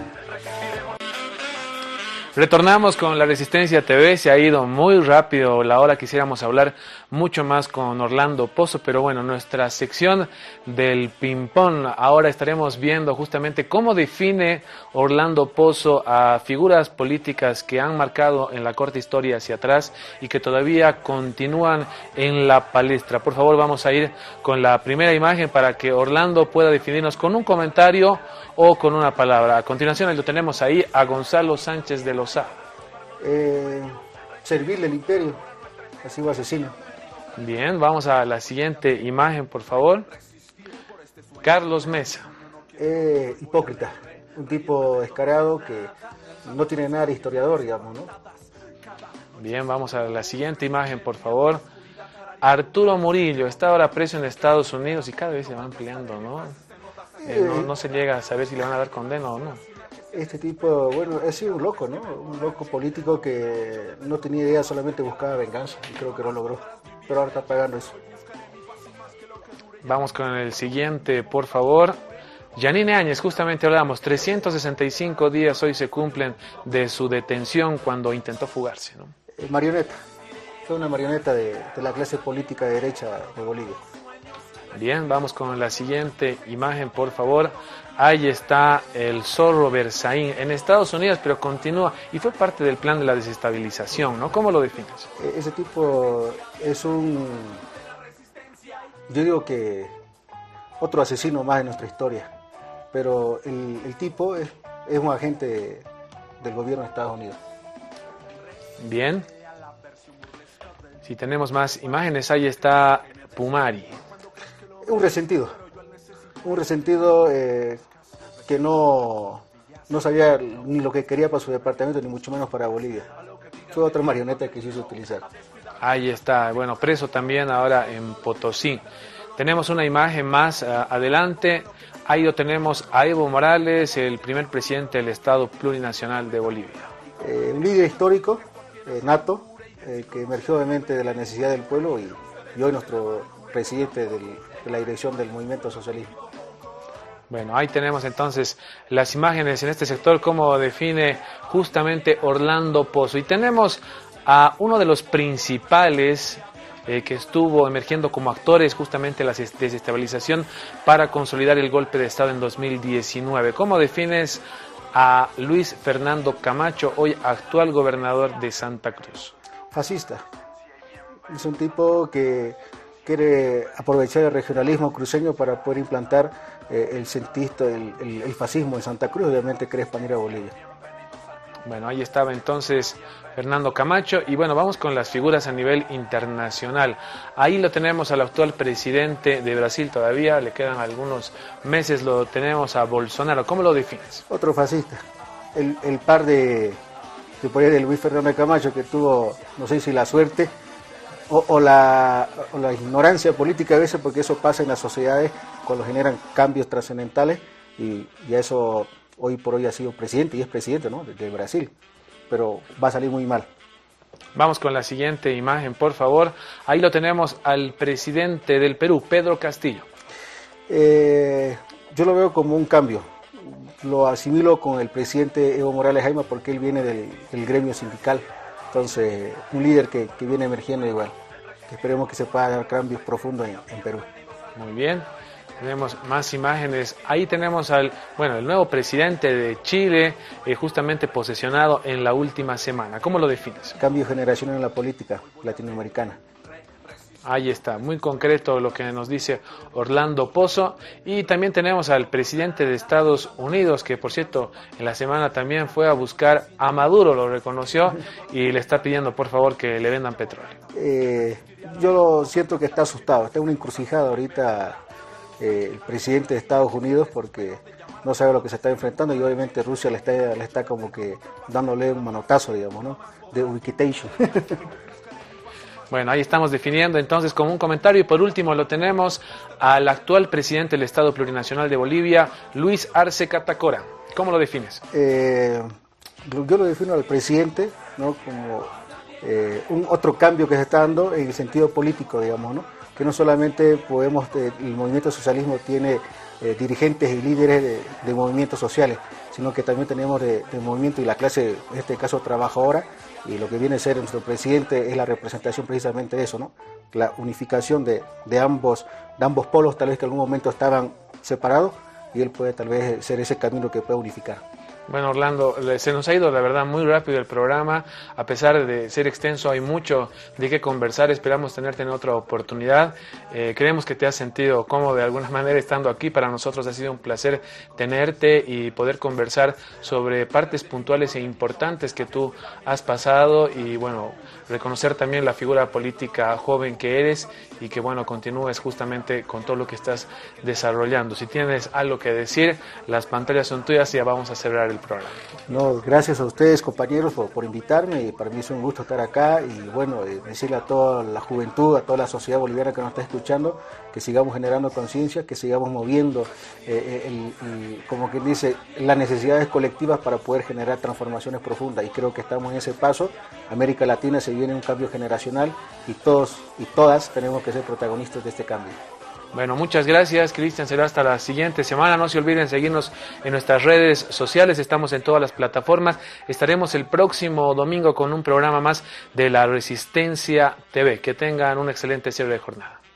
Retornamos con La Resistencia T V, se ha ido muy rápido la hora, quisiéramos hablar mucho más con Orlando Pozo, pero bueno, nuestra sección del ping-pong, ahora estaremos viendo justamente cómo define Orlando Pozo a figuras políticas que han marcado en la corta historia hacia atrás y que todavía continúan en la palestra. Por favor, vamos a ir con la primera imagen para que Orlando pueda definirnos con un comentario o con una palabra. A continuación lo tenemos ahí a Gonzalo Sánchez de Lozá. Eh, servirle al imperio, ha sido asesino. Bien, vamos a la siguiente imagen, por favor. Carlos Mesa. Eh, hipócrita, un tipo descarado que no tiene nada de historiador, digamos, ¿no? Bien, vamos a la siguiente imagen, por favor. Arturo Murillo está ahora preso en Estados Unidos y cada vez se va ampliando, ¿no? Eh, no, no se llega a saber si le van a dar condena o no. Este tipo, bueno, ha sido un loco, ¿no? Un loco político que no tenía idea, solamente buscaba venganza y creo que lo logró. Pero ahora está pagando eso. Vamos con el siguiente, por favor. Yanine Áñez, justamente hablamos, trescientos sesenta y cinco días hoy se cumplen de su detención cuando intentó fugarse, ¿no? Eh, marioneta, fue una marioneta de, de la clase política de derecha de Bolivia. Bien, vamos con la siguiente imagen, por favor. Ahí está el Zorro Berzaín en Estados Unidos, pero continúa y fue parte del plan de la desestabilización, ¿no? ¿Cómo lo defines? Ese tipo es un, yo digo que otro asesino más de nuestra historia, pero el, el tipo es, es un agente del gobierno de Estados Unidos. Bien. Si tenemos más imágenes, ahí está Pumari. Un resentido, un resentido eh, que no, no sabía ni lo que quería para su departamento, ni mucho menos para Bolivia. Fue otra marioneta que se hizo utilizar. Ahí está, bueno, preso también ahora en Potosí. Tenemos una imagen más uh, adelante, ahí lo tenemos a Evo Morales, el primer presidente del Estado Plurinacional de Bolivia. Eh, un líder histórico, eh, nato, eh, que emergió obviamente de la necesidad del pueblo y, y hoy nuestro presidente del... de la dirección del movimiento socialismo. Bueno, ahí tenemos entonces las imágenes en este sector, cómo define justamente Orlando Pozo. Y tenemos a uno de los principales eh, que estuvo emergiendo como actores justamente la desestabilización para consolidar el golpe de Estado en dos mil diecinueve. ¿Cómo defines a Luis Fernando Camacho, hoy actual gobernador de Santa Cruz? Fascista. Es un tipo que quiere aprovechar el regionalismo cruceño para poder implantar eh, el sentista, el, el, el fascismo en Santa Cruz, obviamente quiere expandir a Bolivia. Bueno, ahí estaba entonces Fernando Camacho y bueno, vamos con las figuras a nivel internacional. Ahí lo tenemos al actual presidente de Brasil todavía, le quedan algunos meses, lo tenemos a Bolsonaro. ¿Cómo lo defines? Otro fascista, el, el par de, de, por ahí de Luis Fernando Camacho que tuvo, no sé si la suerte, O, o, la, o la ignorancia política a veces, porque eso pasa en las sociedades cuando generan cambios trascendentales y, y a eso hoy por hoy ha sido presidente y es presidente, ¿no? de, de Brasil, pero va a salir muy mal. Vamos con la siguiente imagen, por favor. Ahí lo tenemos al presidente del Perú, Pedro Castillo. Eh, yo lo veo como un cambio, lo asimilo con el presidente Evo Morales Jaime porque él viene del, del gremio sindical. Entonces, un líder que, que viene emergiendo igual. Esperemos que se pueda dar cambios profundos en, en Perú. Muy bien. Tenemos más imágenes. Ahí tenemos al, bueno, el nuevo presidente de Chile, eh, justamente posesionado en la última semana. ¿Cómo lo defines? Cambio generacional en la política latinoamericana. Ahí está, muy concreto lo que nos dice Orlando Pozo. Y también tenemos al presidente de Estados Unidos, que por cierto, en la semana también fue a buscar a Maduro, lo reconoció, y le está pidiendo por favor que le vendan petróleo. Eh, yo siento que está asustado, está en una encrucijada ahorita eh, el presidente de Estados Unidos, porque no sabe lo que se está enfrentando, y obviamente Rusia le está, le está como que dándole un manotazo, digamos, ¿no? De ubiquitation. Bueno, ahí estamos definiendo entonces como un comentario. Y por último lo tenemos al actual presidente del Estado Plurinacional de Bolivia, Luis Arce Catacora. ¿Cómo lo defines? Eh, yo lo defino al presidente, ¿no? Como eh, un otro cambio que se está dando en el sentido político, digamos, ¿no? Que no solamente podemos, eh, el movimiento socialismo tiene eh, dirigentes y líderes de, de movimientos sociales, sino que también tenemos de, de movimiento y la clase, en este caso trabajadora, y lo que viene a ser nuestro presidente es la representación precisamente de eso, ¿no? La unificación de, de, ambos, de ambos polos, tal vez que en algún momento estaban separados, y él puede tal vez ser ese camino que pueda unificar. Bueno, Orlando, se nos ha ido la verdad muy rápido el programa, a pesar de ser extenso hay mucho de qué conversar, esperamos tenerte en otra oportunidad, eh, creemos que te has sentido cómodo de alguna manera estando aquí, para nosotros ha sido un placer tenerte y poder conversar sobre partes puntuales e importantes que tú has pasado, y bueno, reconocer también la figura política joven que eres, y que bueno, continúes justamente con todo lo que estás desarrollando. Si tienes algo que decir, las pantallas son tuyas y ya vamos a cerrar el programa. No, gracias a ustedes, compañeros, por, por invitarme, y para mí es un gusto estar acá, y bueno, eh, decirle a toda la juventud, a toda la sociedad boliviana que nos está escuchando, que sigamos generando conciencia, que sigamos moviendo eh, el, el, como quien dice, las necesidades colectivas para poder generar transformaciones profundas, y creo que estamos en ese paso. América Latina se viene un cambio generacional, y todos y todas tenemos que ser protagonistas de este cambio. Bueno, muchas gracias, Cristian. Será hasta la siguiente semana. No se olviden seguirnos en nuestras redes sociales. Estamos en todas las plataformas. Estaremos el próximo domingo con un programa más de La Resistencia T V. Que tengan un excelente cierre de jornada.